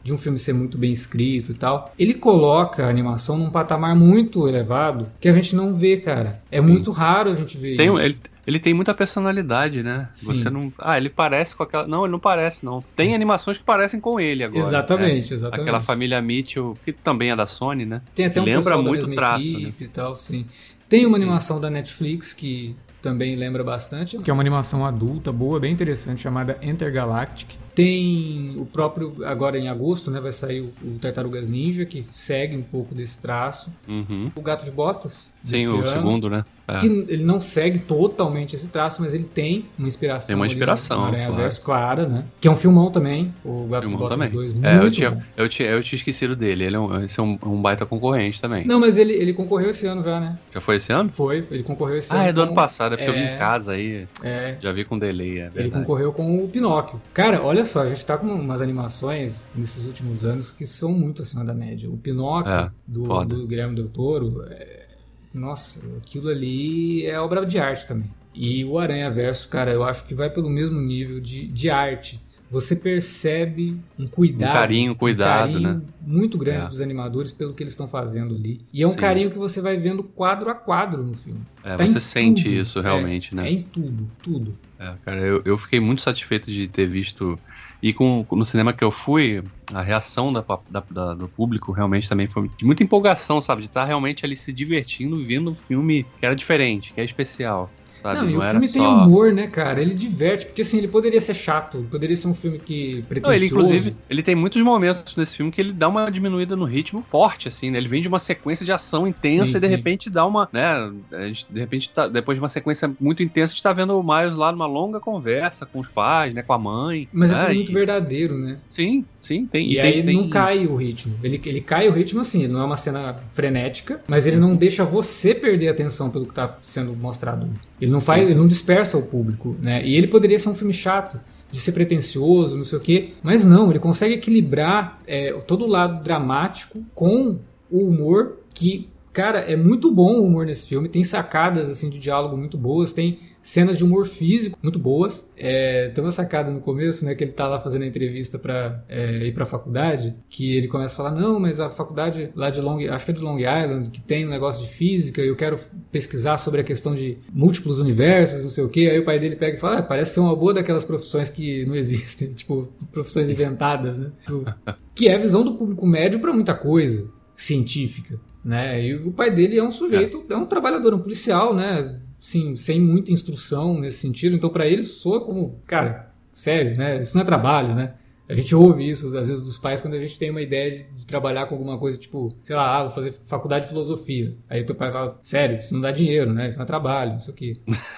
de um filme ser muito bem escrito e tal, ele coloca a animação num patamar muito elevado que a gente não vê, cara. É Sim. muito raro a gente ver tem, isso. Ele, ele tem muita personalidade, né? Sim. Você não... Ah, ele parece com aquela... Não, ele não parece, não. Tem animações que parecem com ele agora. Exatamente, né? exatamente. Aquela família Mitchell, que também é da Sony, né? Tem até um lembra pessoal da muito mesma traço, equipe né? e tal, sim. Tem uma sim. animação da Netflix que também lembra bastante, que é uma animação adulta, boa, bem interessante, chamada Intergalactic. Tem o próprio, agora em agosto, né, vai sair o, o Tartarugas Ninja, que segue um pouco desse traço. Uhum. O Gato de Botas. Sim, o ano, segundo, né? É. Que ele não segue totalmente esse traço, mas ele tem uma inspiração. Tem uma inspiração, no Aranha Verso, clara, né? Que é um filmão também, o Gato filmão de Botas também. dois, é, muito eu tinha, bom. eu, tinha, eu tinha esquecido dele, ele é um, esse é um, um baita concorrente também. Não, mas ele, ele concorreu esse ano já, né? Já foi esse ano? Foi, ele concorreu esse ah, ano. Ah, é do com... ano passado, é porque é... eu vi em casa aí, é... já vi com delay, é verdade. Ele concorreu com o Pinóquio. Cara, olha só, a gente tá com umas animações nesses últimos anos que são muito acima da média. O Pinóquio, é, do, do Guilherme Del Toro, é... nossa, aquilo ali é obra de arte também. E o Aranha Verso, cara, eu acho que vai pelo mesmo nível de, de arte. Você percebe um cuidado, um carinho, cuidado, um carinho né? muito grande é. dos animadores pelo que eles estão fazendo ali. E é um Sim. carinho que você vai vendo quadro a quadro no filme. É, tá você sente tudo. isso realmente, é, né? É em tudo, tudo. É, cara, eu, eu fiquei muito satisfeito de ter visto. E com, no cinema que eu fui, a reação da, da, da, do público realmente também foi de muita empolgação, sabe? De estar realmente ali se divertindo, vendo um filme que era diferente, que é especial. Sabe? Não, não e o era filme só... tem humor, né, cara? Ele diverte, porque assim, ele poderia ser chato, ele poderia ser um filme que pretensioso. Não, ele, inclusive, ele tem muitos momentos nesse filme que ele dá uma diminuída no ritmo forte, assim, né? Ele vem de uma sequência de ação intensa sim, e de sim. repente dá uma, né? A gente, de repente, tá, depois de uma sequência muito intensa, a gente tá vendo o Miles lá numa longa conversa com os pais, né? Com a mãe. Mas né? é tudo muito e... verdadeiro, né? Sim, sim, tem. E, e aí tem, tem... não cai o ritmo. Ele, ele cai o ritmo assim, não é uma cena frenética, mas ele não deixa você perder a atenção pelo que tá sendo mostrado. Ele não faz, sim. ele não dispersa o público, né? E ele poderia ser um filme chato, de ser pretencioso, não sei o quê, mas não, ele consegue equilibrar é, todo o lado dramático com o humor que, cara, é muito bom o humor nesse filme, tem sacadas assim de diálogo muito boas, tem cenas de humor físico muito boas. É, tem uma sacada no começo, né, que ele tá lá fazendo a entrevista pra é, ir pra faculdade, que ele começa a falar, não, mas a faculdade lá de Long, acho que é de Long Island, que tem um negócio de física, e eu quero pesquisar sobre a questão de múltiplos universos, não sei o quê. Aí o pai dele pega e fala, ah, parece ser uma boa daquelas profissões que não existem, tipo, profissões inventadas, né? Que é a visão do público médio pra muita coisa científica, né? E o pai dele é um sujeito, é, é um trabalhador, um policial, né? Sim, sem muita instrução nesse sentido, então para ele isso soa como, cara, sério, né? Isso não é trabalho, né? A gente ouve isso, às vezes, dos pais quando a gente tem uma ideia de, de trabalhar com alguma coisa, tipo, sei lá, ah, vou fazer faculdade de filosofia. Aí teu pai fala, sério, isso não dá dinheiro, né? Isso não é trabalho, isso aqui.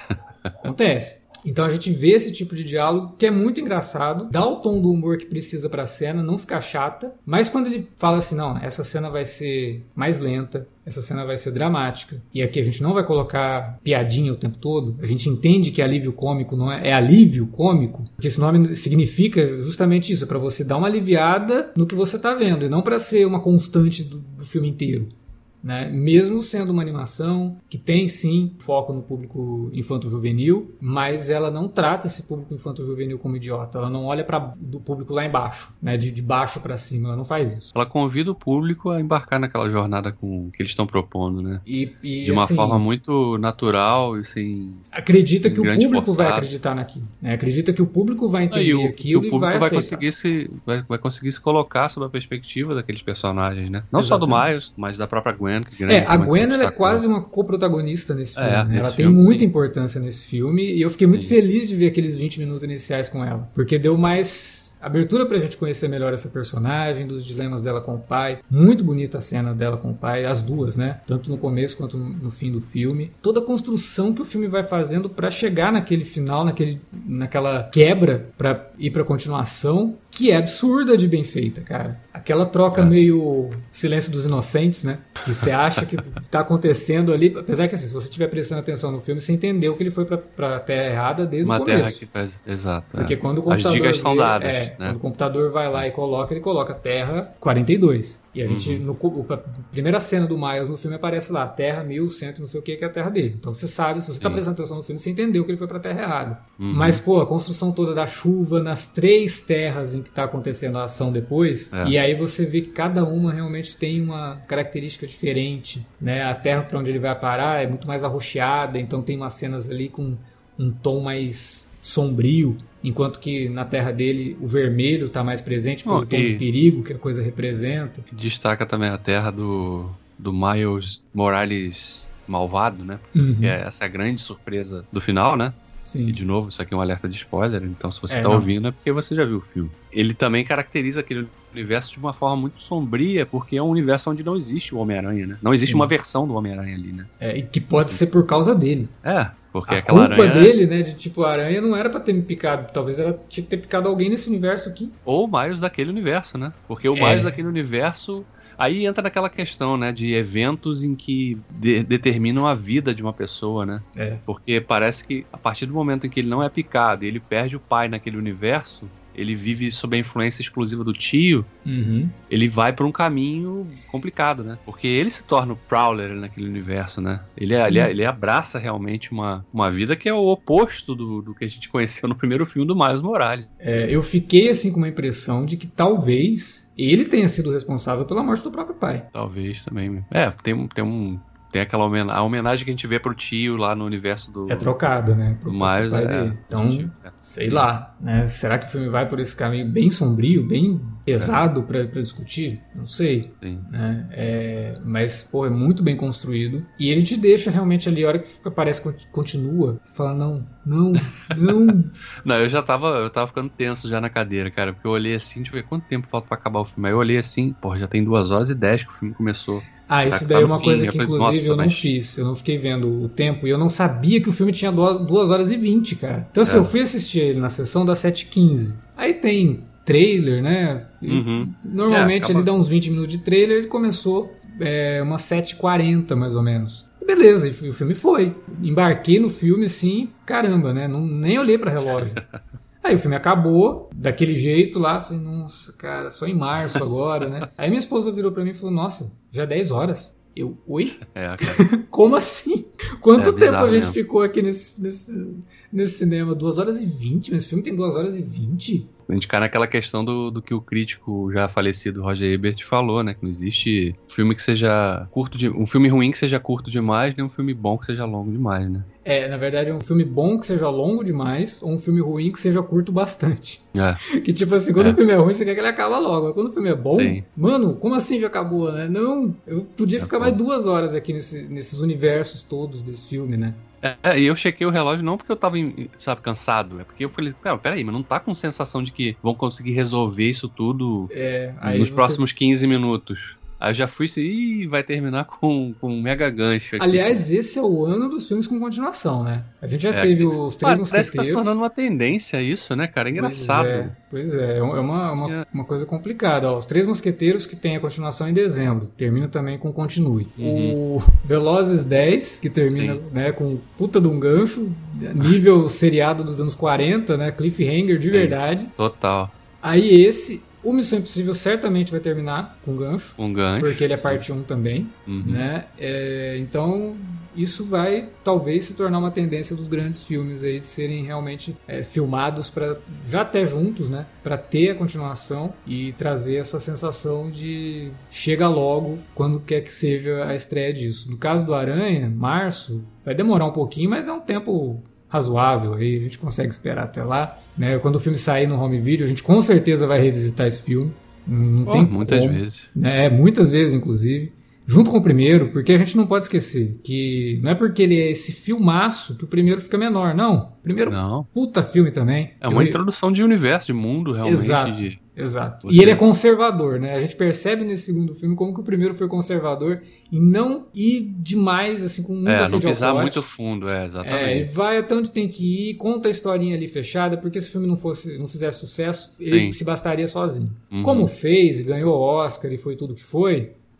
Acontece. Então a gente vê esse tipo de diálogo que é muito engraçado, dá o tom do humor que precisa pra cena, não ficar chata, mas quando ele fala assim, não, essa cena vai ser mais lenta, essa cena vai ser dramática, e aqui a gente não vai colocar piadinha o tempo todo, a gente entende que alívio cômico não é, é alívio cômico, porque esse nome significa justamente isso, é pra você dar uma aliviada no que você tá vendo, e não pra ser uma constante do, do filme inteiro. Né? Mesmo sendo uma animação que tem sim foco no público infanto-juvenil, mas ela não trata esse público infanto-juvenil como idiota, ela não olha para do público lá embaixo, né? de, de baixo para cima, ela não faz isso. Ela convida o público a embarcar naquela jornada com, que eles estão propondo, né? E, e, de uma assim, forma muito natural e sem acredita sem que o público forçado. vai acreditar naquilo, né? Acredita que o público vai entender o, aquilo o e público vai, vai aceitar. conseguir se vai, vai conseguir se colocar sob a perspectiva daqueles personagens, né? Não Exatamente. só do Miles, mas da própria Gwen. Que É, a Gwen ela é quase uma coprotagonista nesse filme. É, né? Ela nesse tem filme, muita sim. importância nesse filme e eu fiquei muito Sim. feliz de ver aqueles vinte minutos iniciais com ela, porque deu mais abertura pra gente conhecer melhor essa personagem, dos dilemas dela com o pai. Muito bonita a cena dela com o pai, as duas, né? Tanto no começo quanto no fim do filme. Toda a construção que o filme vai fazendo pra chegar naquele final, naquele, naquela quebra pra ir pra continuação, que é absurda de bem feita, cara. Aquela troca é. meio Silêncio dos Inocentes, né? Que você acha que tá acontecendo ali, apesar que assim, se você estiver prestando atenção no filme, você entendeu que ele foi pra, pra terra errada desde uma o começo. Terra que faz... Exato. Porque é. quando o computador As dicas são vê, dadas. É, né? quando o computador vai lá e coloca, ele coloca Terra quarenta e dois. E a gente, Uhum. no, a primeira cena do Miles no filme aparece lá, Terra mil cem, não sei o que, que é a Terra dele. Então você sabe, se você tá Sim. prestando atenção no filme, você entendeu que ele foi pra Terra errada. Uhum. Mas, pô, a construção toda da chuva nas três terras em que tá acontecendo a ação depois, É. e aí você vê que cada uma realmente tem uma característica diferente, né? A terra pra onde ele vai parar é muito mais arroxeada, então tem umas cenas ali com um tom mais sombrio, enquanto que na terra dele o vermelho tá mais presente pelo Oh, tom e- de perigo que a coisa representa. Destaca também a terra do, do Miles Morales malvado, né? Uhum. Que é, essa é a grande surpresa do final, né? E Sim. de novo, isso aqui é um alerta de spoiler, então se você É, tá não. ouvindo é porque você já viu o filme. Ele também caracteriza aquele universo de uma forma muito sombria, porque é um universo onde não existe o Homem-Aranha, né? Não existe Sim. uma versão do Homem-Aranha ali, né? É, e que pode ser por causa dele. É, porque A aquela culpa aranha... dele, né, de tipo, a aranha não era pra ter me picado, talvez ela tinha que ter picado alguém nesse universo aqui. Ou o Miles daquele universo, né? Porque o É. Miles daquele universo... Aí entra naquela questão, né, de eventos em que de- determinam a vida de uma pessoa, né? É. Porque parece que a partir do momento em que ele não é picado e ele perde o pai naquele universo, ele vive sob a influência exclusiva do tio, Uhum. ele vai pra um caminho complicado, né? Porque ele se torna o Prowler naquele universo, né? Ele, é- ele, é- ele abraça realmente uma, uma vida que é o oposto do, do que a gente conheceu no primeiro filme do Miles Morales. É, eu fiquei assim com uma impressão de que talvez ele tenha sido responsável pela morte do próprio pai. Talvez também. É, tem, um- tem um... Tem aquela homenagem, a homenagem que a gente vê pro tio lá no universo do, É trocada, né? do Pro Miles. pai É, dele. Então, do tio, é. sei lá, né? Será que o filme vai por esse caminho bem sombrio, bem pesado pra, pra discutir? Não sei. Sim. Né? É, mas, pô, é muito bem construído. E ele te deixa realmente ali, a hora que aparece, continua. Você fala, não, não, não. Não, eu já tava, eu tava ficando tenso já na cadeira, cara, porque eu olhei assim, deixa eu ver quanto tempo falta pra acabar o filme. Aí eu olhei assim, pô, já tem duas horas e dez que o filme começou. Ah, Tá- isso tá daí é no uma fim. coisa Eu que, falei, inclusive, nossa, eu não mas- fiz. Eu não fiquei vendo o tempo e eu não sabia que o filme tinha duas duas horas e vinte, cara. Então, assim, É. eu fui assistir ele na sessão das sete e quinze. Aí tem trailer, né? E Uhum. normalmente É, acaba- ele dá uns vinte minutos de trailer, ele começou é, umas sete e quarenta, mais ou menos. E beleza, e o filme foi. Embarquei no filme assim, caramba, né? Não, nem olhei pra relógio. Aí o filme acabou, daquele jeito lá, falei, nossa, cara, só em março agora, né? Aí minha esposa virou pra mim e falou, nossa, já é dez horas. Eu, oi? É, cara. Como assim? Quanto É tempo a bizarro gente mesmo. ficou aqui nesse, nesse, nesse cinema? duas horas e vinte? Mas esse filme tem duas horas e vinte? A gente cai naquela questão do, do que o crítico já falecido Roger Ebert falou, né? Que não existe filme que seja curto de, um filme ruim que seja curto demais, nem um filme bom que seja longo demais, né? É, na verdade é um filme bom que seja longo demais ou um filme ruim que seja curto bastante. É, Que tipo assim, quando É. o filme é ruim, você quer que ele acabe logo. Mas quando o filme é bom, Sim. mano, como assim já acabou, né? Não, eu podia É ficar bom. mais duas horas aqui nesse- nesses universos todos desse filme, né? É, e eu chequei o relógio não porque eu tava, sabe, cansado. É porque eu falei, cara, peraí, mas não tá com sensação de que vão conseguir resolver isso tudo É, aí nos você- próximos quinze minutos. Aí eu já fui assim, ih, vai terminar com, com um mega gancho aqui. Aliás, esse é o ano dos filmes com continuação, né? A gente já É, teve os Três Parece que tá Mosqueteiros. se tornando uma tendência isso, né, cara? É engraçado. Pois é, pois é, é uma, uma, É. uma coisa complicada. Ó, os Três Mosqueteiros que tem a continuação em dezembro, termina também com Continue. Uhum. O Velozes dez, que termina Sim. né, com puta de um gancho, nível seriado dos anos quarenta, né? Cliffhanger de verdade. Total. Aí esse, o Missão Impossível certamente vai terminar com gancho, Um gancho. porque ele é sim. parte um também. Uhum. Né? É, então isso vai talvez se tornar uma tendência dos grandes filmes aí de serem realmente é, filmados para já até juntos, né? Para ter a continuação e trazer essa sensação de chega logo quando quer que seja a estreia disso. No caso do Aranha, março vai demorar um pouquinho, mas é um tempo razoável aí, a gente consegue esperar até lá, né? Quando o filme sair no home video, a gente com certeza vai revisitar esse filme. Não, não Pô, tem muitas como. vezes. É, muitas vezes, inclusive. Junto com o primeiro, porque a gente não pode esquecer que não é porque ele é esse filmaço que o primeiro fica menor, não. O primeiro, Não. puta filme também. É uma Eu- introdução de universo, de mundo, realmente. Exato, de- exato. Você- E ele é conservador, né? A gente percebe nesse segundo filme como que o primeiro foi conservador e não ir demais, assim, com muita É, não sede ao pisar pote. muito fundo, é, É, ele exatamente. vai até onde tem que ir, conta a historinha ali fechada, porque se o filme não fosse, não fizesse sucesso, ele Sim. se bastaria sozinho. Uhum. Como fez, ganhou Oscar e foi tudo que foi,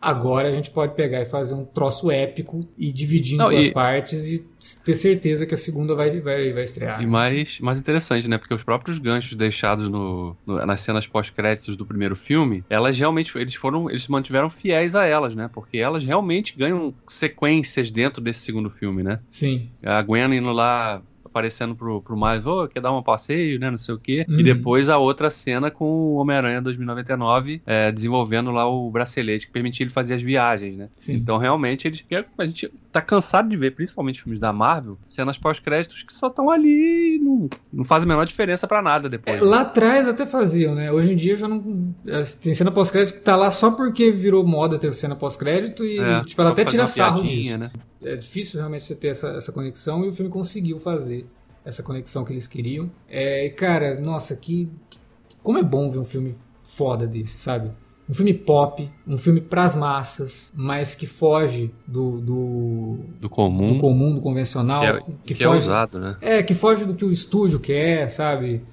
Agora a gente pode pegar e fazer um troço épico e dividir em Não, duas e... partes e ter certeza que a segunda vai, vai, vai estrear. E mais, mais interessante, né? Porque os próprios ganchos deixados no, no, nas cenas pós-créditos do primeiro filme, elas realmente, eles foram, eles se mantiveram fiéis a elas, né? Porque elas realmente ganham sequências dentro desse segundo filme, né? Sim. A Gwen indo lá aparecendo pro, pro Miles, oh, quer dar um passeio, né, não sei o quê. Uhum. E depois a outra cena com o Homem-Aranha dois mil e noventa e nove é, desenvolvendo lá o bracelete que permitia ele fazer as viagens, né? Sim. Então realmente eles, a gente tá cansado de ver, principalmente filmes da Marvel, cenas pós-créditos que só estão ali e não, não faz a menor diferença pra nada depois. É, lá atrás até faziam, né? Hoje em dia já não... Tem cena pós-crédito que tá lá só porque virou moda ter cena pós-crédito e é, tipo, ela até tira sarro piadinha, disso. Né? É difícil realmente você ter essa, essa conexão e o filme conseguiu fazer essa conexão que eles queriam. É, cara, nossa, que, que como é bom ver um filme foda desse, sabe? Um filme pop, um filme pras massas, mas que foge do do, do comum, do comum, do convencional, que é, que, que foge, é ousado, né? É, que foge do que o estúdio quer, sabe?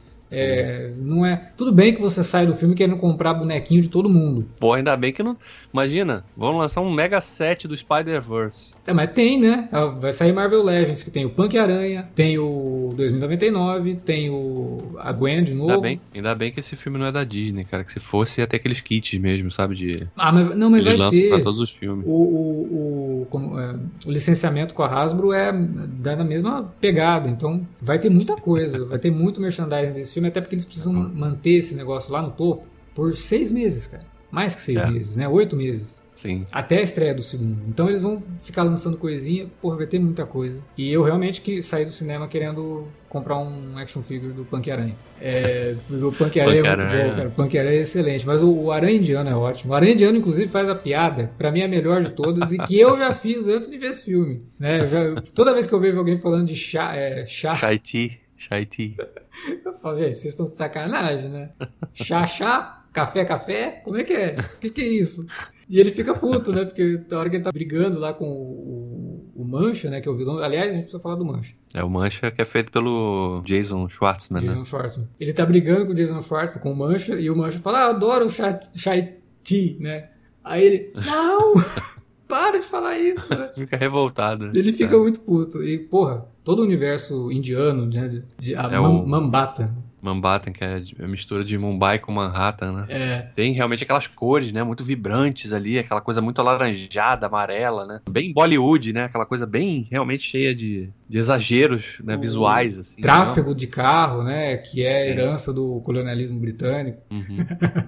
É, não é... Tudo bem que você sai do filme querendo comprar bonequinho de todo mundo. Pô, ainda bem que não... Imagina, vamos lançar um mega set do Spider-Verse. É, mas tem, né? Vai sair Marvel Legends, que tem o Punk-Aranha, tem o dois mil e noventa e nove, tem o a Gwen de novo. Ainda bem, ainda bem que esse filme não é da Disney, cara. Que se fosse, ia ter aqueles kits mesmo, sabe? De... Ah, mas, não, mas Eles vai lançam ter. pra todos os filmes. O, o, o, como, é, o licenciamento com a Hasbro é dá na mesma pegada, então vai ter muita coisa, vai ter muito merchandising desse filme, até porque eles precisam manter esse negócio lá no topo por seis meses, cara. Mais que seis É. meses, né? Oito meses. Sim. Até a estreia do segundo. Então eles vão ficar lançando coisinha, porra, vai ter muita coisa. E eu realmente que saí do cinema querendo comprar um action figure do Punk-Aranha. É, o Punk-Aranha é muito bom, cara. O Punk-Aranha é excelente. Mas o, o Aranha Indiano é ótimo. O Aranha Indiano, inclusive, faz a piada, pra mim é a melhor de todas, e que eu já fiz antes de ver esse filme. Né? Eu já, toda vez que eu vejo alguém falando de chá... É, chá Shai-Ti. Shai-Ti. eu falo, gente, vocês estão de sacanagem, né? Chá, chá? Café, café? Como é que é? O que, que é isso? E ele fica puto, né? Porque na hora que ele tá brigando lá com o, o, o Mancha, né? Que é o vilão. Aliás, a gente precisa falar do Mancha. É o Mancha que é feito pelo Jason Schwartzman, Jason né? Schwartzman. Ele tá brigando com o Jason Schwartzman, com o Mancha, e o Mancha fala, ah, eu adoro o Shai-Ti, né? Aí ele, não! Para de falar isso, né? Fica revoltado. Né? Ele fica é. muito puto. E, porra, todo o universo indiano, né? De, de, a É Mam- o- Mambata. Mambata, que é a mistura de Mumbai com Manhattan, né? É, Tem realmente aquelas cores, né? Muito vibrantes ali, aquela coisa muito alaranjada, amarela, né? Bem Bollywood, né? Aquela coisa bem, realmente cheia de, de exageros, né? O Visuais, assim. tráfego de carro, né? Que é Sim. herança do colonialismo britânico. Né? Uhum.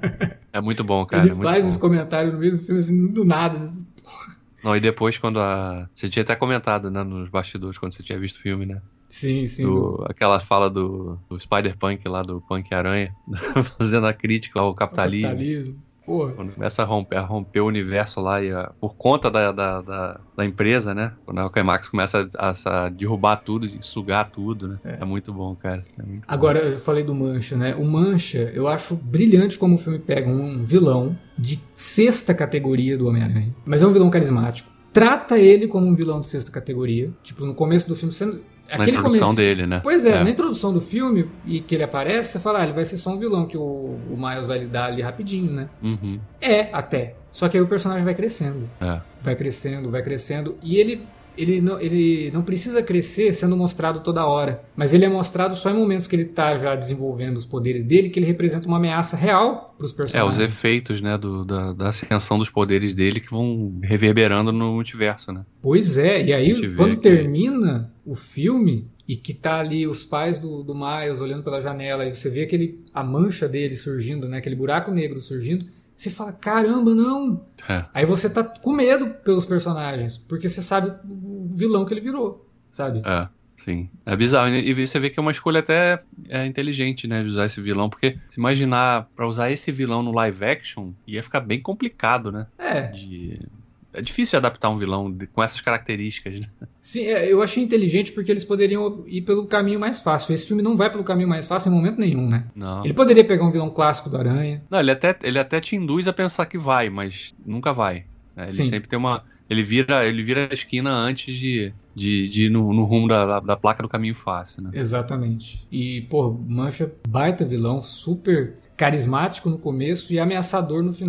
É muito bom, cara. Ele é muito faz bom. esse comentário no meio do filme, assim, do nada. Não, e depois quando a... Você tinha até comentado, né? Nos bastidores, quando você tinha visto o filme, né? Sim, sim. Do, aquela fala do, do Spider-Punk lá, do Punk-Aranha, fazendo a crítica ao do capitalismo. capitalismo. Porra. Quando começa a romper, a romper o universo lá, e a- por conta da, da, da, da empresa, né? Quando a Alchemax começa a, a- a derrubar tudo e sugar tudo, né? É, É. muito bom, cara. É muito Agora, eu falei do Mancha, né? O Mancha, eu acho brilhante como o filme pega um vilão de sexta categoria do Homem-Aranha. Mas é um vilão carismático. Trata ele como um vilão de sexta categoria. Tipo, no começo do filme, sendo... bom. Na introdução dele, né? Pois é, na introdução do filme, e que ele aparece, você fala, ah, ele vai ser só um vilão que o, o Miles vai lidar ali rapidinho, né? Uhum. É, até. Só que aí o personagem vai crescendo. É. Vai crescendo, vai crescendo. E ele, ele, não, ele não precisa crescer sendo mostrado toda hora. Mas ele é mostrado só em momentos que ele tá já desenvolvendo os poderes dele, que ele representa uma ameaça real pros É, personagens. os efeitos, né, do, da, da ascensão dos poderes dele que vão reverberando no multiverso, né? Pois é, e A aí gente vê quando que- termina o filme e que tá ali os pais do, do Miles olhando pela janela e você vê aquele, a mancha dele surgindo, né, aquele buraco negro surgindo, você fala, caramba, não! É. Aí você tá com medo pelos personagens, porque você sabe o vilão que ele virou, sabe? É, sim. É bizarro. E você vê que é uma escolha até é, inteligente, né, de usar esse vilão, porque se imaginar pra usar esse vilão no live action, ia ficar bem complicado, né? É, De... É difícil adaptar um vilão de- com essas características, né? sim, é, eu achei inteligente porque eles poderiam ir pelo caminho mais fácil. Esse filme não vai pelo caminho mais fácil em momento nenhum, né? Não. Ele poderia pegar um vilão clássico do Aranha. Não, ele até, ele até te induz a pensar que vai, mas nunca vai. né? Ele Sim. sempre tem uma... Ele vira, ele vira a esquina antes de, de, de ir no, no rumo da, da, da placa do caminho fácil, né? Exatamente. E, pô, Mancha, baita vilão, super carismático no começo e ameaçador no final, cara.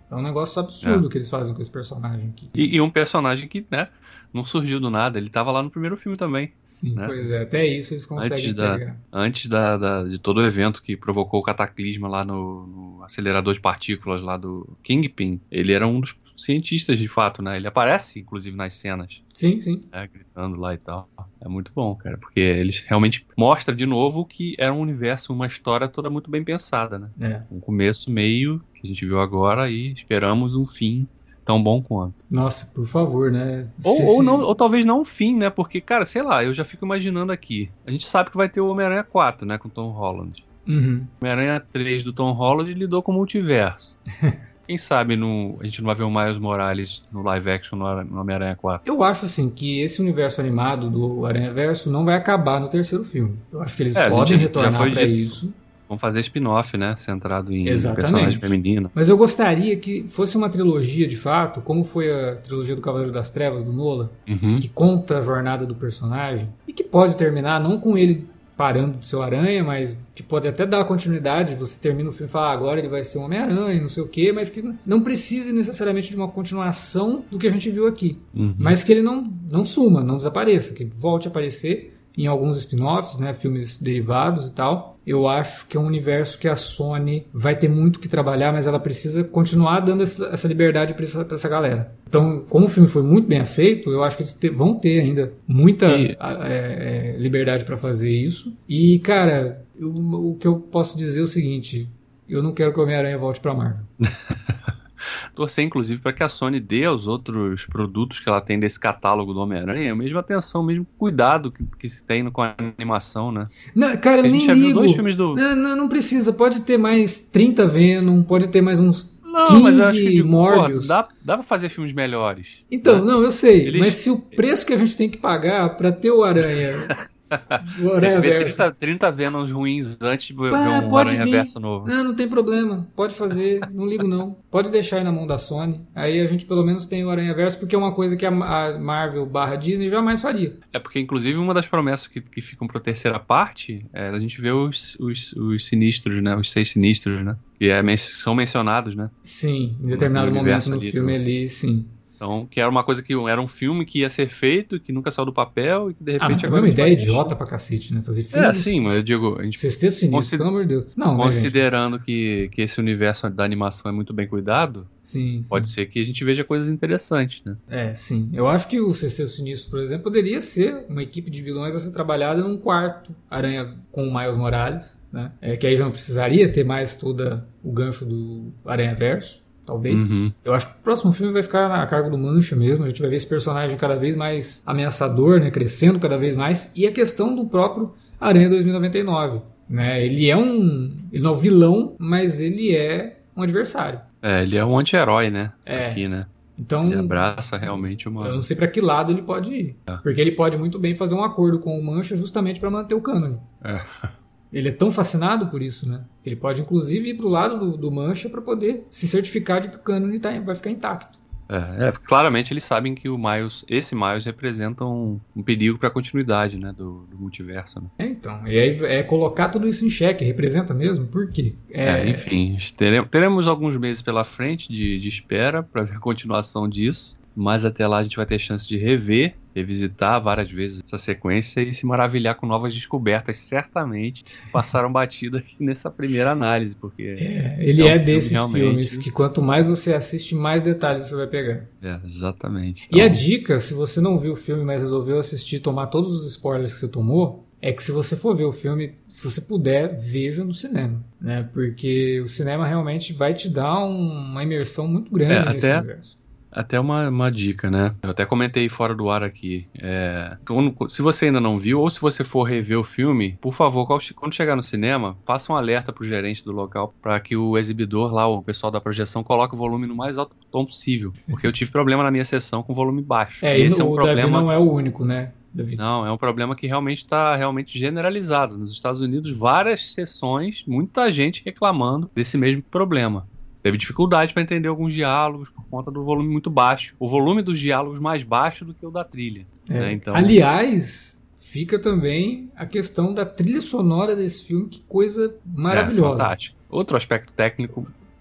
É um negócio absurdo É. que eles fazem com esse personagem aqui. E, e um personagem que, né, não surgiu do nada, ele tava lá no primeiro filme também. Sim, né? pois é, até isso eles conseguem Antes, da, pegar. antes da, da- de todo o evento que provocou o cataclisma lá no, no acelerador de partículas lá do Kingpin, ele era um dos cientistas de fato, né? Ele aparece, inclusive, nas cenas, Sim, sim. né, gritando lá e tal. É muito bom, cara, porque eles realmente mostram de novo que é um universo, uma história toda muito bem pensada, né? É. Um começo, meio, que a gente viu agora, e esperamos um fim tão bom quanto. Nossa, por favor, né? Ou, Se- ou, se- não, ou talvez não um fim, né? Porque, cara, sei lá, eu já fico imaginando aqui. A gente sabe que vai ter o Homem-Aranha quatro, né? Com o Tom Holland. Uhum. O Homem-Aranha três do Tom Holland lidou com o multiverso. Quem sabe no, a gente não vai ver o Miles Morales no live action no Ara- no Homem-Aranha quatro. Eu acho assim que esse universo animado do Aranhaverso não vai acabar no terceiro filme. Eu acho que eles É, a podem gente já retornar foi pra dito. isso. Vamos fazer spin-off, né? Centrado em Exatamente. personagem feminino. Mas eu gostaria que fosse uma trilogia de fato, como foi a trilogia do Cavaleiro das Trevas do Nolan, Uhum. que conta a jornada do personagem e que pode terminar não com ele parando de ser o Aranha, mas que pode até dar continuidade. Você termina o filme e fala, ah, agora ele vai ser um Homem-Aranha, não sei o quê, mas que não precise necessariamente de uma continuação do que a gente viu aqui. Uhum. Mas que ele não, não suma, não desapareça, que volte a aparecer em alguns spin-offs, né, filmes derivados e tal. Eu acho que é um universo que a Sony vai ter muito que trabalhar, mas ela precisa continuar dando essa, essa liberdade para essa, pra essa galera. Então, como o filme foi muito bem aceito, eu acho que eles te- vão ter ainda muita E- a- é, é, liberdade para fazer isso. E, cara, eu- o que eu posso dizer é o seguinte, eu não quero que o Homem-Aranha volte pra Marvel. Torcer, inclusive, para que a Sony dê aos outros produtos que ela tem desse catálogo do Homem-Aranha a mesma atenção, o mesmo cuidado que, que se tem com a animação, né? Não, cara, eu A gente nem já viu ligo. dois filmes do- Não, não, não precisa. Pode ter mais trinta Venom, pode ter mais uns Não, mas eu acho que quinze digo, Morbius. porra, dá, dá pra fazer filmes melhores. Então, né? não, eu sei. Eles- Mas se o preço que a gente tem que pagar pra ter o Aranha... o Tem Aranha que ver Verso... trinta, trinta Venoms ruins antes de ver Ah, um pode Aranha vir. Verso novo. Não, não tem problema. Pode fazer. Não ligo, não. Pode deixar aí na mão da Sony. Aí a gente pelo menos tem o Aranha Verso, porque é uma coisa que a a Marvel barra Disney jamais faria. É porque, inclusive, uma das promessas que, que ficam pra terceira parte é a gente ver os, os, os sinistros, né? Os seis sinistros, né? Que é, men- são mencionados, né? Sim, em determinado No momento universo no ali filme do- ali, sim. Então, que era uma coisa que era um filme que ia ser feito, que nunca saiu do papel e que de repente Ah, mas também é agora uma a gente ideia vai assistir. idiota pra cacete, né? Fazer filme É, de sim, mas eu digo, a gente Sexteto Sinistro, Consider- pelo amor de Deus. Não, né, gente? considerando que, que esse universo da animação é muito bem cuidado, Sim, sim. pode ser que a gente veja coisas interessantes, né? É, sim. Eu acho que o Sexteto Sinistro, por exemplo, poderia ser uma equipe de vilões a ser trabalhada num quarto Aranha com o Miles Morales, né? É, que aí já não precisaria ter mais todo o gancho do Aranha Verso, talvez. Uhum. Eu acho que o próximo filme vai ficar a cargo do Mancha mesmo. A gente vai ver esse personagem cada vez mais ameaçador, né? Crescendo cada vez mais. E a questão do próprio Aranha dois mil e noventa e nove, né? Ele é um... Ele não é um vilão, mas ele é um adversário. É, ele é um anti-herói, né? É. Aqui, né? Então... Ele abraça realmente uma... Eu não sei pra que lado ele pode ir. Porque ele pode muito bem fazer um acordo com o Mancha justamente pra manter o cânone. É. Ele é tão fascinado por isso, né? Ele pode inclusive ir pro lado do, do Mancha pra poder se certificar de que o cânone tá, vai ficar intacto. É, é, claramente eles sabem que o Miles, esse Miles representa um, um perigo para a continuidade, né, do, do multiverso. Né? É, então. E aí é colocar tudo isso em xeque. Representa mesmo? Por quê? É, enfim, teremos, teremos alguns meses pela frente de, de espera para ver a continuação disso. Mas até lá a gente vai ter chance de rever, revisitar várias vezes essa sequência e se maravilhar com novas descobertas, certamente passaram batida aqui nessa primeira análise, porque É, ele é um é filme desses realmente- filmes que quanto mais você assiste, mais detalhes você vai pegar. é, exatamente. E a Então, dica, se você não viu o filme, mas resolveu assistir, tomar todos os spoilers que você tomou, é que se você for ver o filme, se você puder, veja no cinema, né? Porque o cinema realmente vai te dar um- uma imersão muito grande É, nesse até- universo. Até uma, uma dica, né? Eu até comentei fora do ar aqui. É, quando- se você ainda não viu, ou se você for rever o filme, por favor, qual- quando chegar no cinema, faça um alerta pro gerente do local para que o exibidor lá, o pessoal da projeção, coloque o volume no mais alto tom possível. Porque eu tive problema na minha sessão com volume baixo. É, e Esse no- é um o Davi problema. não é o único, né? Davi? Não, é um problema que realmente está realmente generalizado. Nos Estados Unidos, várias sessões, muita gente reclamando desse mesmo problema. Teve dificuldade para entender alguns diálogos por conta do volume muito baixo. O volume dos diálogos mais baixo do que o da trilha. É. Né? Então, Aliás, fica também a questão da trilha sonora desse filme, que coisa é maravilhosa. fantástico. Outro aspecto técnico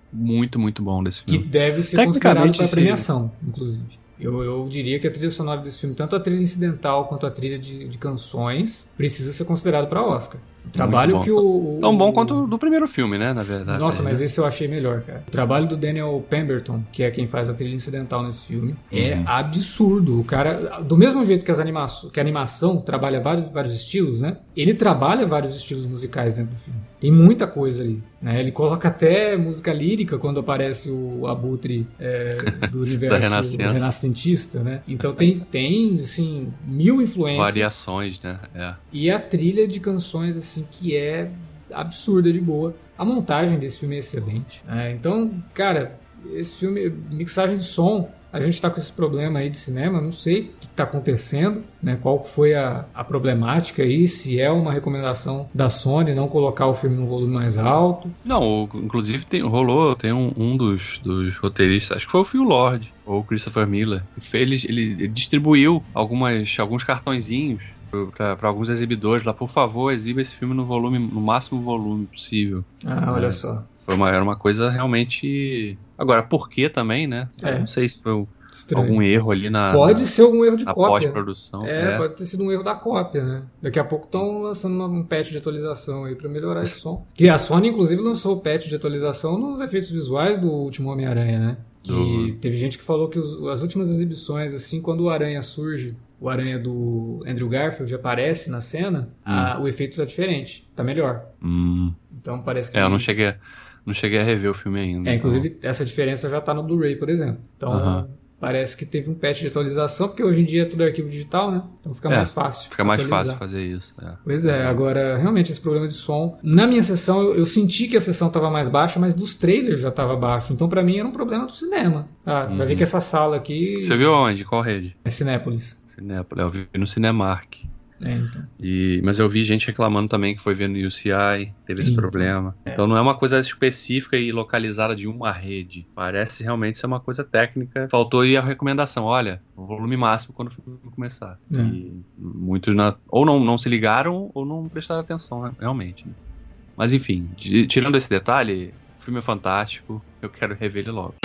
muito, muito bom desse filme. Que deve ser considerado para premiação, inclusive. Eu, eu diria que a trilha sonora desse filme, tanto a trilha incidental quanto a trilha de, de canções, precisa ser considerado para Oscar. O trabalho que o, o... Tão bom quanto o do primeiro filme, né, na verdade. Nossa, mas esse eu achei melhor, cara. O trabalho do Daniel Pemberton, que é quem faz a trilha incidental nesse filme, é uhum. absurdo. O cara, do mesmo jeito que, as anima... que a animação trabalha vários, vários estilos, né? Ele trabalha vários estilos musicais dentro do filme. Tem muita coisa ali, né? Ele coloca até música lírica quando aparece o abutre é, do universo renascentista, né? Então tem, tem, assim, mil influências. Variações, né? É. E a trilha de canções, assim, que é absurda de boa. A montagem desse filme é excelente, né? Então, cara, esse filme, mixagem de som, a gente tá com esse problema aí de cinema, não sei o que tá acontecendo, né? Qual foi a, a problemática aí, se é uma recomendação da Sony não colocar o filme no volume mais alto. Não, o, inclusive tem, rolou, tem um, um dos, dos roteiristas, acho que foi o Phil Lord, ou o Christopher Miller, ele, ele, ele distribuiu algumas, alguns cartõezinhos para alguns exibidores lá, por favor, exiba esse filme no volume, no máximo volume possível. Ah, olha é. só. Foi uma, era uma coisa realmente... Agora, por que também, né? É. Eu não sei se foi um, algum erro ali na... Pode na, ser algum erro de na cópia. pós-produção. É, é, pode ter sido um erro da cópia, né? Daqui a pouco estão lançando uma, um patch de atualização aí pra melhorar esse som. Que a Sony, inclusive, lançou o patch de atualização nos efeitos visuais do último Homem-Aranha, né? Que do... teve gente que falou que os, as últimas exibições, assim, quando o Aranha surge, o Aranha do Andrew Garfield aparece na cena, hum. a, o efeito tá diferente, tá melhor. Hum. Então parece que... É, eu não cheguei... Não cheguei a rever o filme ainda. É, inclusive então... essa diferença já tá no Blu-ray, por exemplo. Então uh-huh. parece que teve um patch de atualização, porque hoje em dia é tudo arquivo digital, né? Então fica é, mais fácil. Fica mais atualizar. fácil fazer isso. É. Pois é, agora realmente esse problema de som. Na minha sessão, eu, eu senti que a sessão tava mais baixa, mas dos trailers já tava baixo. Então pra mim era um problema do cinema. Ah, você uhum. vai ver que essa sala aqui... Você viu onde? Qual rede? É Cinépolis. Cinépolis, eu vi no Cinemark. É, então. E, mas eu vi gente reclamando também que foi ver no U C I, teve esse então, problema. É. Então não é uma coisa específica e localizada de uma rede. Parece realmente ser uma coisa técnica. Faltou aí a recomendação, olha, o volume máximo quando o filme começar. É. E muitos na, ou não, não se ligaram ou não prestaram atenção, né, realmente. Mas enfim, de, tirando esse detalhe, o filme é fantástico, eu quero rever ele logo.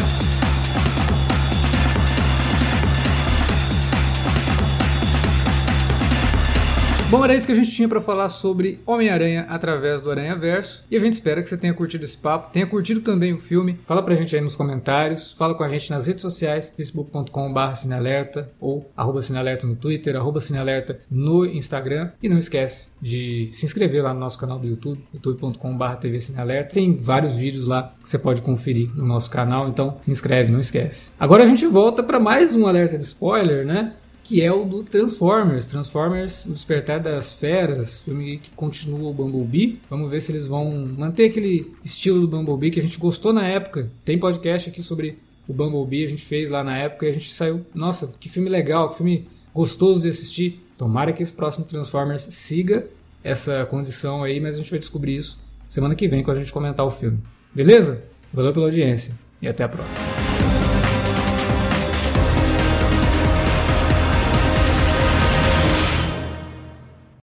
Bom, era isso que a gente tinha para falar sobre Homem-Aranha através do Aranhaverso. E a gente espera que você tenha curtido esse papo, tenha curtido também o filme. Fala pra gente aí nos comentários, fala com a gente nas redes sociais, facebook ponto com barra cinealerta ou arroba cinealerta no Twitter, arroba cinealerta no Instagram. E não esquece de se inscrever lá no nosso canal do YouTube, youtube ponto com barra tv cinealerta. Tem vários vídeos lá que você pode conferir no nosso canal, então se inscreve, não esquece. Agora a gente volta para mais um alerta de spoiler, né? Que é o do Transformers. Transformers, o Despertar das Feras, filme que continua o Bumblebee. Vamos ver se eles vão manter aquele estilo do Bumblebee que a gente gostou na época. Tem podcast aqui sobre o Bumblebee, a gente fez lá na época e a gente saiu... Nossa, que filme legal, que filme gostoso de assistir. Tomara que esse próximo Transformers siga essa condição aí, mas a gente vai descobrir isso semana que vem quando a gente comentar o filme. Beleza? Valeu pela audiência e até a próxima.